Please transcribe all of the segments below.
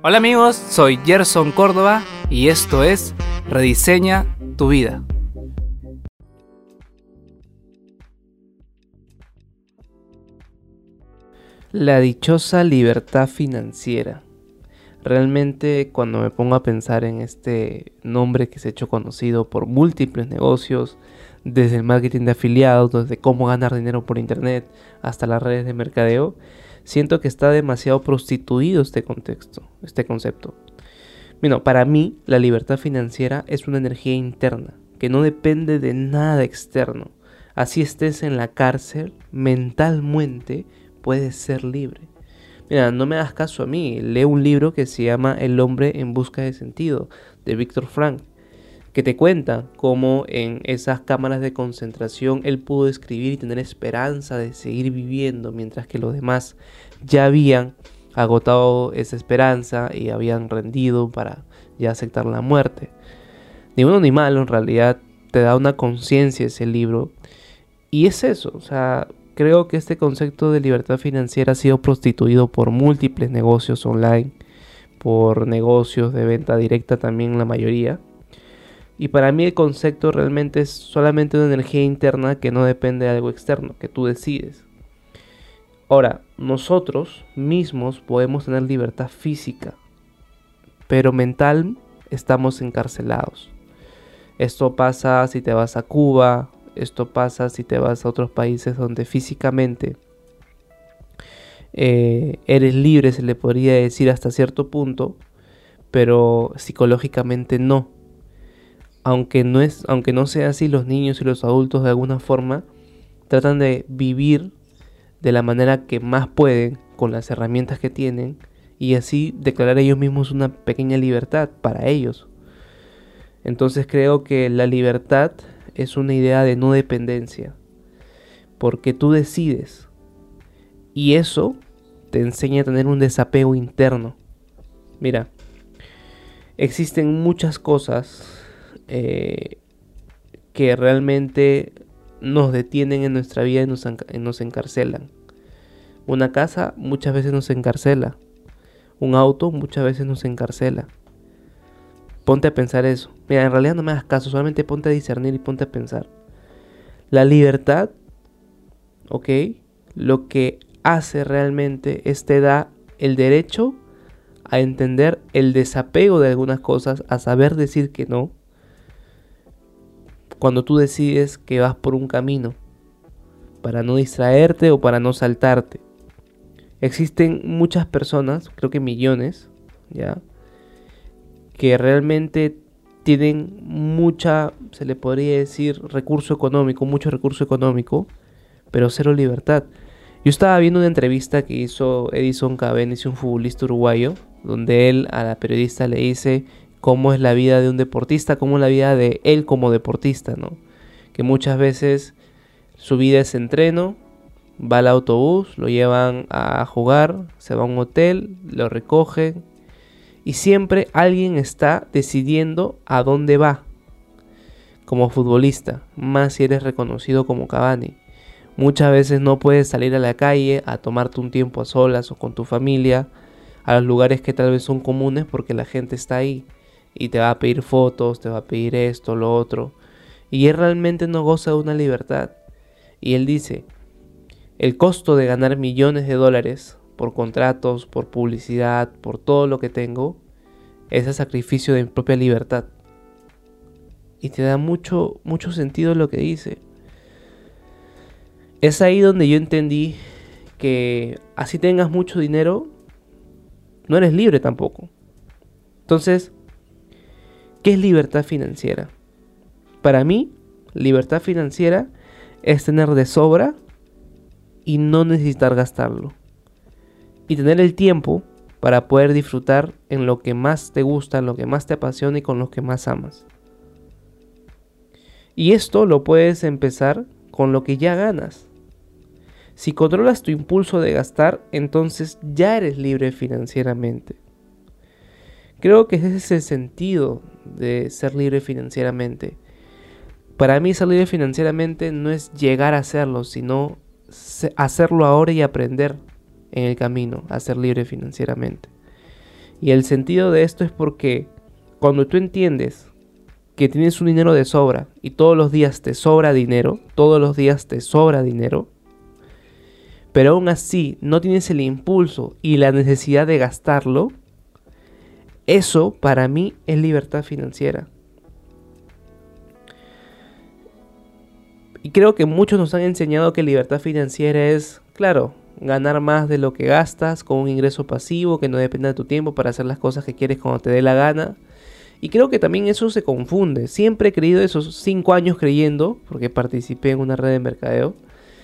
Hola amigos, soy Gerson Córdoba y esto es Rediseña tu vida. La dichosa libertad financiera. Realmente cuando me pongo a pensar en este nombre que se ha hecho conocido por múltiples negocios, desde el marketing de afiliados, desde cómo ganar dinero por internet, hasta las redes de mercadeo, siento que está demasiado prostituido este concepto. Bueno, para mí la libertad financiera es una energía interna, que no depende de nada externo. Así estés en la cárcel, mentalmente puedes ser libre. Mira, no me hagas caso a mí, lee un libro que se llama El hombre en busca de sentido, de Viktor Frankl, que te cuenta cómo en esas cámaras de concentración él pudo escribir y tener esperanza de seguir viviendo, mientras que los demás ya habían agotado esa esperanza y habían rendido para ya aceptar la muerte. Ni bueno ni malo, en realidad te da una conciencia ese libro. Y es eso, o sea, creo que este concepto de libertad financiera ha sido prostituido por múltiples negocios online, por negocios de venta directa también la mayoría. Y para mí el concepto realmente es solamente una energía interna que no depende de algo externo, que tú decides. Ahora, nosotros mismos podemos tener libertad física, pero mental estamos encarcelados. Esto pasa si te vas a Cuba, esto pasa si te vas a otros países donde físicamente eres libre, se le podría decir hasta cierto punto, pero psicológicamente no. Aunque no sea así, los niños y los adultos de alguna forma tratan de vivir de la manera que más pueden, con las herramientas que tienen, y así declarar ellos mismos una pequeña libertad para ellos. Entonces creo que la libertad es una idea de no dependencia, porque tú decides, y eso te enseña a tener un desapego interno. Mira, existen muchas cosas que realmente nos detienen en nuestra vida y nos encarcelan. Una casa muchas veces nos encarcela. Un auto muchas veces nos encarcela. Ponte a pensar eso. Mira, en realidad no me hagas caso, solamente ponte a discernir y ponte a pensar. La libertad, ¿ok? Lo que hace realmente es te da el derecho a entender el desapego de algunas cosas, a saber decir que no. Cuando tú decides que vas por un camino para no distraerte o para no saltarte. Existen muchas personas, creo que millones, ¿ya? Que realmente tienen se le podría decir, mucho recurso económico, pero cero libertad. Yo estaba viendo una entrevista que hizo Edison Cavani, un futbolista uruguayo, donde él a la periodista le dice cómo es la vida de un deportista, cómo es la vida de él como deportista, ¿no? Que muchas veces su vida es entreno, va al autobús, lo llevan a jugar, se va a un hotel, lo recogen y siempre alguien está decidiendo a dónde va como futbolista, más si eres reconocido como Cavani. Muchas veces no puedes salir a la calle a tomarte un tiempo a solas o con tu familia a los lugares que tal vez son comunes porque la gente está ahí y te va a pedir fotos, te va a pedir esto, lo otro, y él realmente no goza de una libertad. Y él dice, el costo de ganar millones de dólares por contratos, por publicidad, por todo lo que tengo, es el sacrificio de mi propia libertad. Y te da mucho sentido lo que dice. Es ahí donde yo entendí que así tengas mucho dinero, no eres libre tampoco. Entonces, ¿qué es libertad financiera? Para mí, libertad financiera es tener de sobra y no necesitar gastarlo. Y tener el tiempo para poder disfrutar en lo que más te gusta, en lo que más te apasiona y con lo que más amas. Y esto lo puedes empezar con lo que ya ganas. Si controlas tu impulso de gastar, entonces ya eres libre financieramente. Creo que ese es el sentido de ser libre financieramente. Para mí ser libre financieramente no es llegar a hacerlo, sino hacerlo ahora y aprender en el camino a ser libre financieramente. Y el sentido de esto es porque cuando tú entiendes que tienes un dinero de sobra y todos los días te sobra dinero, pero aún así no tienes el impulso y la necesidad de gastarlo, eso para mí es libertad financiera. Y creo que muchos nos han enseñado que libertad financiera es, claro, ganar más de lo que gastas con un ingreso pasivo que no dependa de tu tiempo para hacer las cosas que quieres cuando te dé la gana. Y creo que también eso se confunde. Siempre he creído esos 5 años creyendo, porque participé en una red de mercadeo,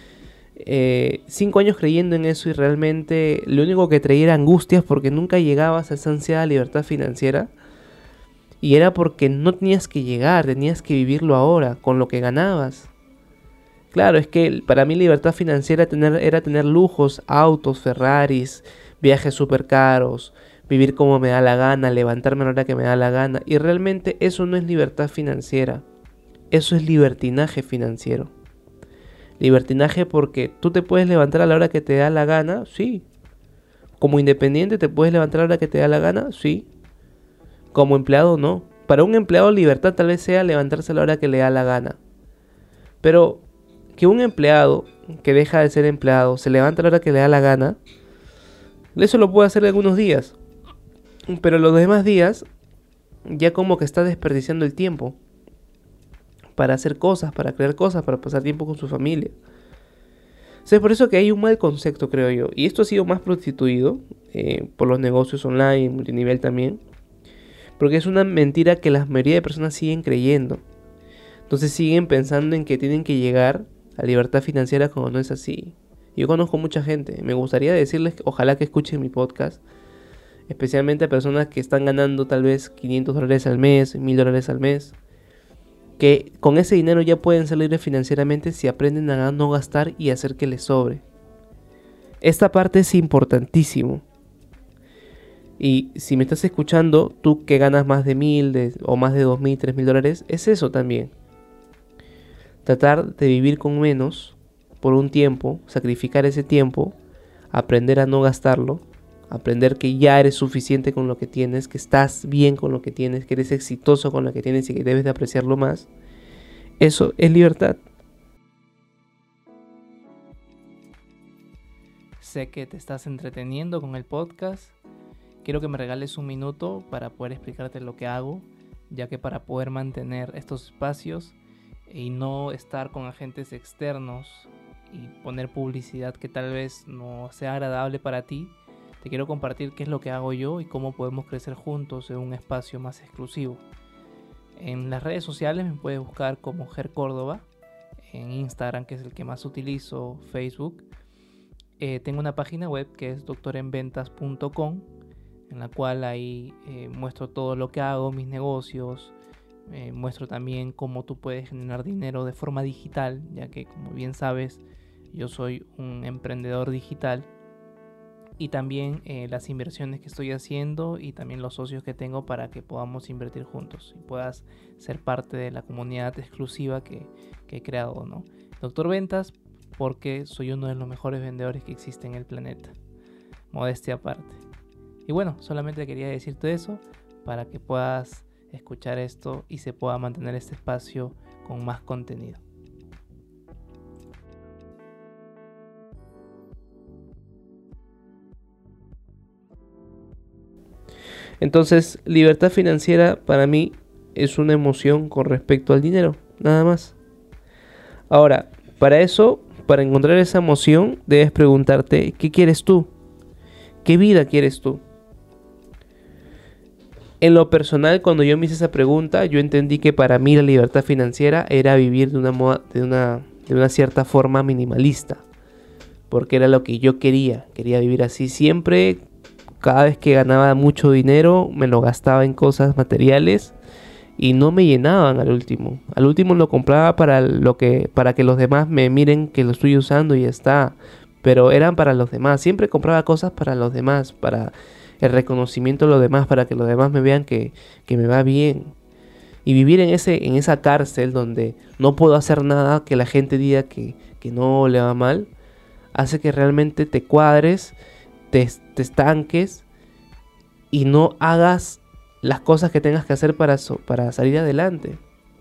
5 años creyendo en eso y realmente lo único que traía era angustias porque nunca llegabas a esa ansiada libertad financiera. Y era porque no tenías que llegar, tenías que vivirlo ahora, con lo que ganabas. Claro, es que para mí libertad financiera era tener lujos, autos, Ferraris, viajes súper caros, vivir como me da la gana, levantarme a la hora que me da la gana. Y realmente eso no es libertad financiera, eso es libertinaje financiero. Libertinaje porque tú te puedes levantar a la hora que te da la gana, sí. Como independiente te puedes levantar a la hora que te da la gana, sí. Como empleado no. Para un empleado libertad tal vez sea levantarse a la hora que le da la gana. Pero que un empleado que deja de ser empleado se levanta a la hora que le da la gana, eso lo puede hacer algunos días. Pero los demás días ya como que está desperdiciando el tiempo para hacer cosas, para crear cosas, para pasar tiempo con su familia. O sea, es por eso que hay un mal concepto, creo yo. Y esto ha sido más prostituido por los negocios online, multinivel también. Porque es una mentira que la mayoría de personas siguen creyendo. Entonces siguen pensando en que tienen que llegar a libertad financiera cuando no es así. Yo conozco mucha gente. Me gustaría decirles, ojalá que escuchen mi podcast. Especialmente a personas que están ganando tal vez $500 al mes, $1000 al mes. Que con ese dinero ya pueden ser libres financieramente si aprenden a no gastar y hacer que les sobre. Esta parte es importantísimo. Y si me estás escuchando, tú que ganas más de 1000 o más de 2000, $3000, es eso también. Tratar de vivir con menos por un tiempo, sacrificar ese tiempo, aprender a no gastarlo, aprender que ya eres suficiente con lo que tienes, que estás bien con lo que tienes, que eres exitoso con lo que tienes y que debes de apreciarlo más. Eso es libertad. Sé que te estás entreteniendo con el podcast. Quiero que me regales un minuto para poder explicarte lo que hago, ya que para poder mantener estos espacios y no estar con agentes externos y poner publicidad que tal vez no sea agradable para ti, te quiero compartir qué es lo que hago yo y cómo podemos crecer juntos en un espacio más exclusivo. En las redes sociales me puedes buscar como Ger Córdoba, en Instagram, que es el que más utilizo, Facebook. Tengo una página web que es doctorenventas.com, en la cual ahí muestro todo lo que hago, mis negocios, muestro también cómo tú puedes generar dinero de forma digital, ya que como bien sabes, yo soy un emprendedor digital, y también las inversiones que estoy haciendo y también los socios que tengo para que podamos invertir juntos y puedas ser parte de la comunidad exclusiva que he creado, ¿no? Doctor Ventas, porque soy uno de los mejores vendedores que existe en el planeta. Modestia aparte. Y bueno, solamente quería decirte eso para que puedas escuchar esto y se pueda mantener este espacio con más contenido. Entonces, libertad financiera para mí es una emoción con respecto al dinero, nada más. Ahora, para eso, para encontrar esa emoción, debes preguntarte, ¿qué quieres tú? ¿Qué vida quieres tú? En lo personal, cuando yo me hice esa pregunta, yo entendí que para mí la libertad financiera era vivir de una cierta forma minimalista. Porque era lo que yo quería vivir así siempre. Cada vez que ganaba mucho dinero, me lo gastaba en cosas materiales y no me llenaban al último. Al último lo compraba para que los demás me miren que lo estoy usando y ya está. Pero eran para los demás. Siempre compraba cosas para los demás, para el reconocimiento de los demás, para que los demás me vean que me va bien. Y vivir en esa cárcel donde no puedo hacer nada, que la gente diga que no le va mal, hace que realmente te cuadres, te estanques y no hagas las cosas que tengas que hacer para salir adelante.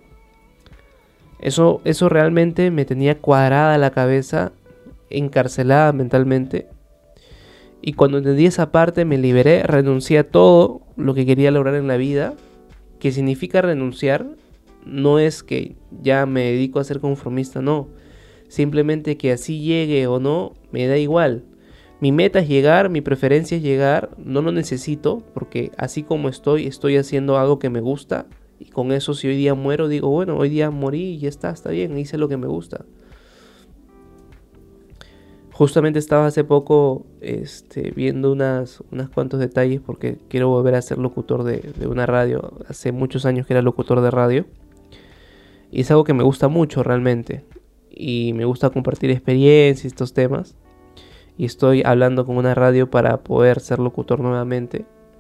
Eso realmente me tenía cuadrada la cabeza, encarcelada mentalmente. Y cuando entendí esa parte me liberé, renuncié a todo lo que quería lograr en la vida. ¿Qué significa renunciar? No es que ya me dedico a ser conformista, no. Simplemente que así llegue o no, me da igual. Mi meta es llegar, mi preferencia es llegar, no lo necesito, porque así como estoy haciendo algo que me gusta. Y con eso, si hoy día muero, digo, bueno, hoy día morí y ya está bien, hice lo que me gusta. Justamente estaba hace poco viendo unos cuantos detalles porque quiero volver a ser locutor de una radio. Hace muchos años que era locutor de radio. Y es algo que me gusta mucho realmente. Y me gusta compartir experiencias y estos temas. Y estoy hablando con una radio para poder ser locutor nuevamente.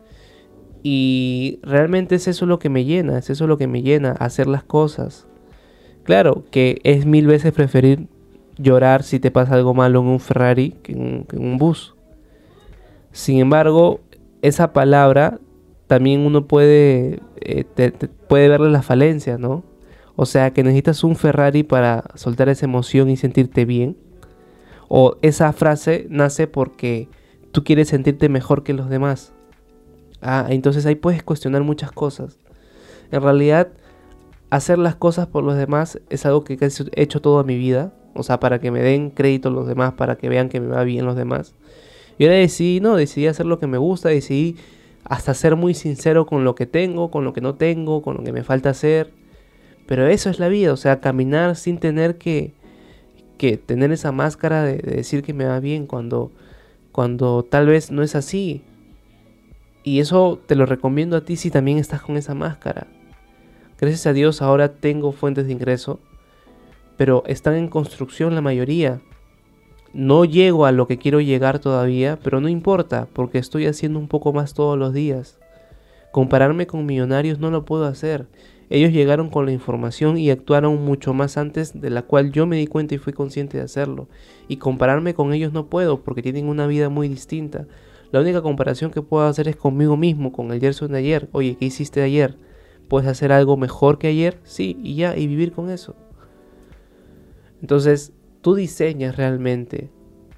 Y realmente es eso lo que me llena, hacer las cosas. Claro que es 1000 veces preferir llorar si te pasa algo malo en un Ferrari que en un bus. Sin embargo, esa palabra también uno puede verle las falencias, ¿no? O sea, que necesitas un Ferrari para soltar esa emoción y sentirte bien. O esa frase nace porque tú quieres sentirte mejor que los demás. Entonces ahí puedes cuestionar muchas cosas. En realidad, hacer las cosas por los demás es algo que he hecho toda mi vida. O sea, para que me den crédito los demás, para que vean que me va bien los demás. Y ahora decidí hacer lo que me gusta, decidí hasta ser muy sincero con lo que tengo, con lo que no tengo, con lo que me falta hacer. Pero eso es la vida, o sea, caminar sin tener que tener esa máscara de decir que me va bien cuando tal vez no es así. Y eso te lo recomiendo a ti si también estás con esa máscara. Gracias a Dios ahora tengo fuentes de ingreso, pero están en construcción la mayoría. No llego a lo que quiero llegar todavía, pero no importa, porque estoy haciendo un poco más todos los días. Compararme con millonarios no lo puedo hacer. Ellos llegaron con la información y actuaron mucho más antes, de la cual yo me di cuenta y fui consciente de hacerlo. Y compararme con ellos no puedo, porque tienen una vida muy distinta. La única comparación que puedo hacer es conmigo mismo, con el Gerson de ayer. Oye, ¿qué hiciste ayer? ¿Puedes hacer algo mejor que ayer? Sí, y ya, y vivir con eso. Entonces, tú diseñas realmente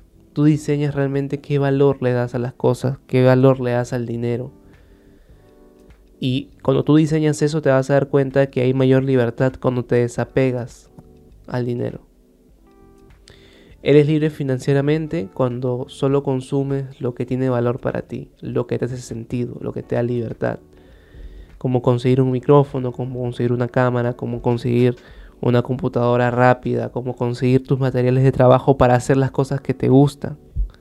qué valor le das a las cosas, qué valor le das al dinero. Y cuando tú diseñas eso te vas a dar cuenta que hay mayor libertad cuando te desapegas al dinero. Eres libre financieramente cuando solo consumes lo que tiene valor para ti, lo que te hace sentido, lo que te da libertad. Como conseguir un micrófono, como conseguir una cámara, como conseguir una computadora rápida, como conseguir tus materiales de trabajo para hacer las cosas que te gustan.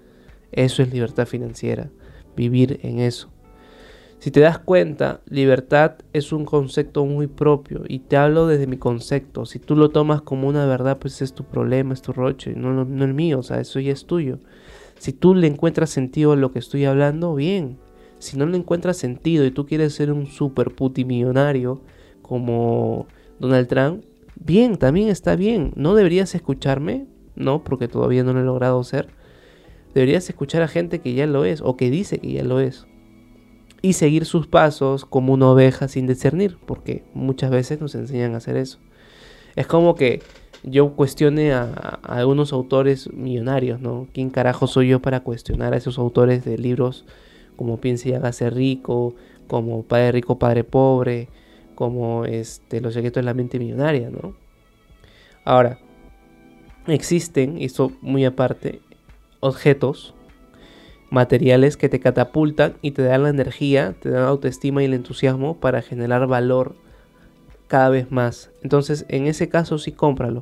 Eso es libertad financiera, vivir en eso. Si te das cuenta, libertad es un concepto muy propio y te hablo desde mi concepto. Si tú lo tomas como una verdad, pues es tu problema, es tu roche, no el mío, o sea, eso ya es tuyo. Si tú le encuentras sentido a lo que estoy hablando, bien. Si no le encuentras sentido y tú quieres ser un super putimillonario como Donald Trump, bien, también está bien. ¿No deberías escucharme? No, porque todavía no lo he logrado ser. Deberías escuchar a gente que ya lo es o que dice que ya lo es. Y seguir sus pasos como una oveja sin discernir, porque muchas veces nos enseñan a hacer eso. Es como que yo cuestione a algunos autores millonarios, ¿no? ¿Quién carajo soy yo para cuestionar a esos autores de libros como Piense y hágase rico, como Padre Rico, Padre Pobre, como Los secretos de la mente millonaria, ¿no? Ahora, existen, y esto muy aparte, objetos, materiales que te catapultan y te dan la energía, te dan la autoestima y el entusiasmo para generar valor cada vez más. Entonces, en ese caso sí cómpralo.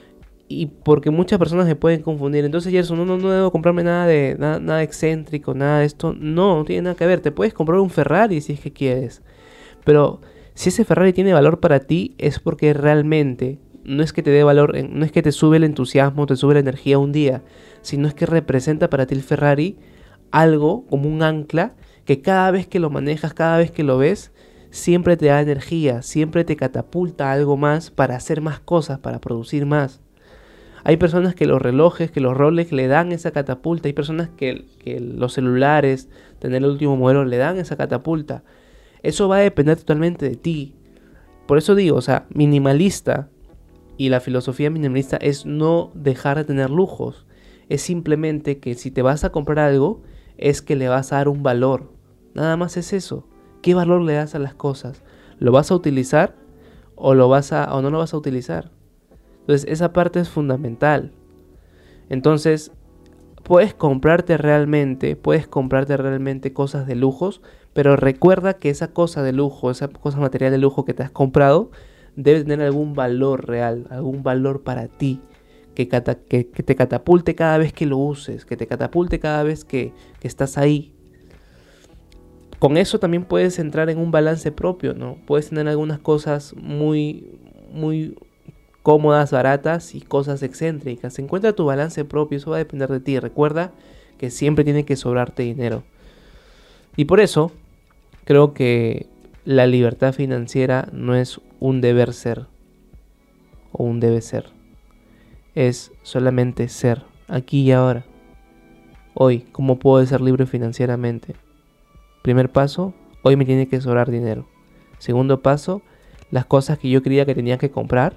Y porque muchas personas se pueden confundir. Entonces, Gerson, no debo comprarme nada excéntrico, nada de esto. No tiene nada que ver. Te puedes comprar un Ferrari si es que quieres. Pero si ese Ferrari tiene valor para ti, es porque realmente no es que te dé valor, no es que te sube el entusiasmo, te sube la energía un día, sino es que representa para ti el Ferrari algo como un ancla que cada vez que lo manejas, cada vez que lo ves, siempre te da energía, siempre te catapulta algo más para hacer más cosas, para producir más. Hay personas que los relojes, que los Rolex le dan esa catapulta. Hay personas que los celulares tener el último modelo, le dan esa catapulta. Eso va a depender totalmente de ti. Por eso digo, o sea, minimalista y la filosofía minimalista es no dejar de tener lujos. Es simplemente que si te vas a comprar algo, es que le vas a dar un valor. Nada más es eso. ¿Qué valor le das a las cosas? ¿Lo vas a utilizar o no lo vas a utilizar? Entonces esa parte es fundamental. Entonces puedes comprarte realmente cosas de lujos, pero recuerda que esa cosa de lujo, esa cosa material de lujo que te has comprado, debe tener algún valor real, algún valor para ti, que te catapulte cada vez que lo uses, que te catapulte cada vez que estás ahí. Con eso también puedes entrar en un balance propio, ¿no? Puedes tener algunas cosas muy cómodas, baratas y cosas excéntricas. Encuentra tu balance propio, eso va a depender de ti. Recuerda que siempre tiene que sobrarte dinero. Y por eso creo que la libertad financiera no es un deber ser o un debe ser. Es solamente ser, aquí y ahora. Hoy, ¿cómo puedo ser libre financieramente? Primer paso, hoy me tiene que sobrar dinero. Segundo paso, las cosas que yo creía que tenía que comprar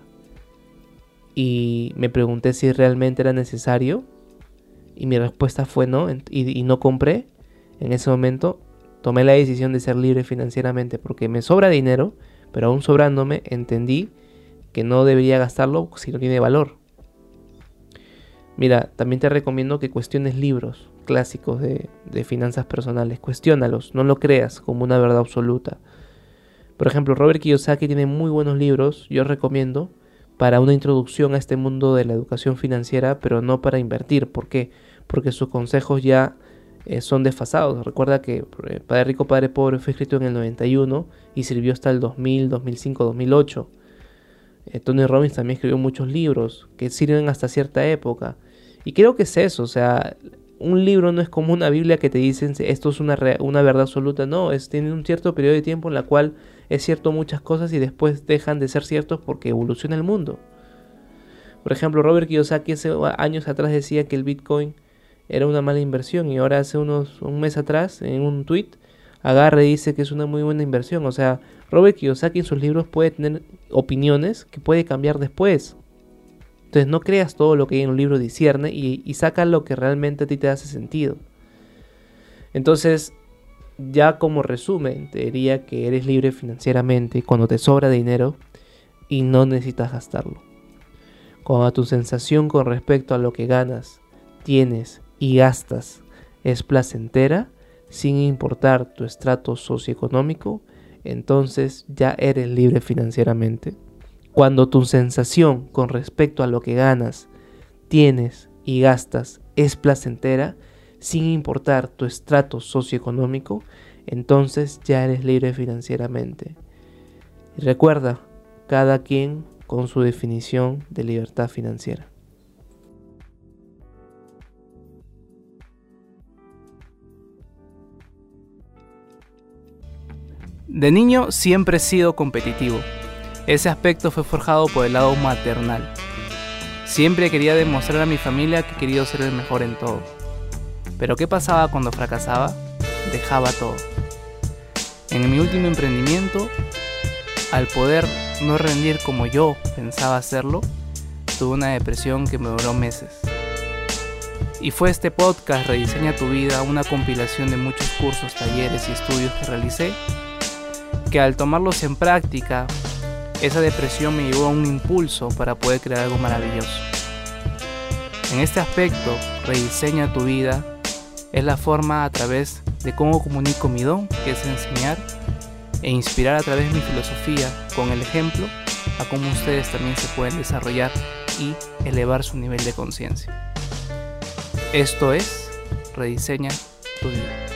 y me pregunté si realmente era necesario y mi respuesta fue no y no compré. En ese momento tomé la decisión de ser libre financieramente porque me sobra dinero, pero aún sobrándome entendí que no debería gastarlo si no tiene valor. Mira, también te recomiendo que cuestiones libros clásicos de finanzas personales. Cuestiónalos, no lo creas como una verdad absoluta. Por ejemplo, Robert Kiyosaki tiene muy buenos libros, yo recomiendo, para una introducción a este mundo de la educación financiera, pero no para invertir. ¿Por qué? Porque sus consejos ya son desfasados. Recuerda que Padre Rico, Padre Pobre fue escrito en el 91 y sirvió hasta el 2000, 2005, 2008. Tony Robbins también escribió muchos libros que sirven hasta cierta época. Y creo que es eso, o sea, un libro no es como una Biblia que te dicen esto es una verdad absoluta. No, tiene un cierto periodo de tiempo en la cual es cierto muchas cosas y después dejan de ser ciertos porque evoluciona el mundo. Por ejemplo, Robert Kiyosaki hace años atrás decía que el Bitcoin era una mala inversión y ahora hace un mes atrás en un tweet agarra y dice que es una muy buena inversión. O sea, Robert Kiyosaki en sus libros puede tener opiniones que puede cambiar después. Entonces no creas todo lo que hay en un libro, discierne y saca lo que realmente a ti te hace sentido. Entonces, ya como resumen, te diría que eres libre financieramente cuando te sobra dinero y no necesitas gastarlo. Cuando tu sensación con respecto a lo que ganas, tienes y gastas es placentera, sin importar tu estrato socioeconómico, entonces ya eres libre financieramente. Cuando tu sensación con respecto a lo que ganas, tienes y gastas es placentera, sin importar tu estrato socioeconómico, entonces ya eres libre financieramente. Y recuerda, cada quien con su definición de libertad financiera. De niño siempre he sido competitivo. Ese aspecto fue forjado por el lado maternal. Siempre quería demostrar a mi familia que quería ser el mejor en todo. Pero ¿qué pasaba cuando fracasaba? Dejaba todo. En mi último emprendimiento, al poder no rendir como yo pensaba hacerlo, tuve una depresión que me duró meses. Y fue este podcast, Rediseña tu Vida, una compilación de muchos cursos, talleres y estudios que realicé, que al tomarlos en práctica, esa depresión me llevó a un impulso para poder crear algo maravilloso. En este aspecto, Rediseña tu Vida es la forma a través de cómo comunico mi don, que es enseñar, e inspirar a través de mi filosofía con el ejemplo a cómo ustedes también se pueden desarrollar y elevar su nivel de conciencia. Esto es Rediseña tu Vida.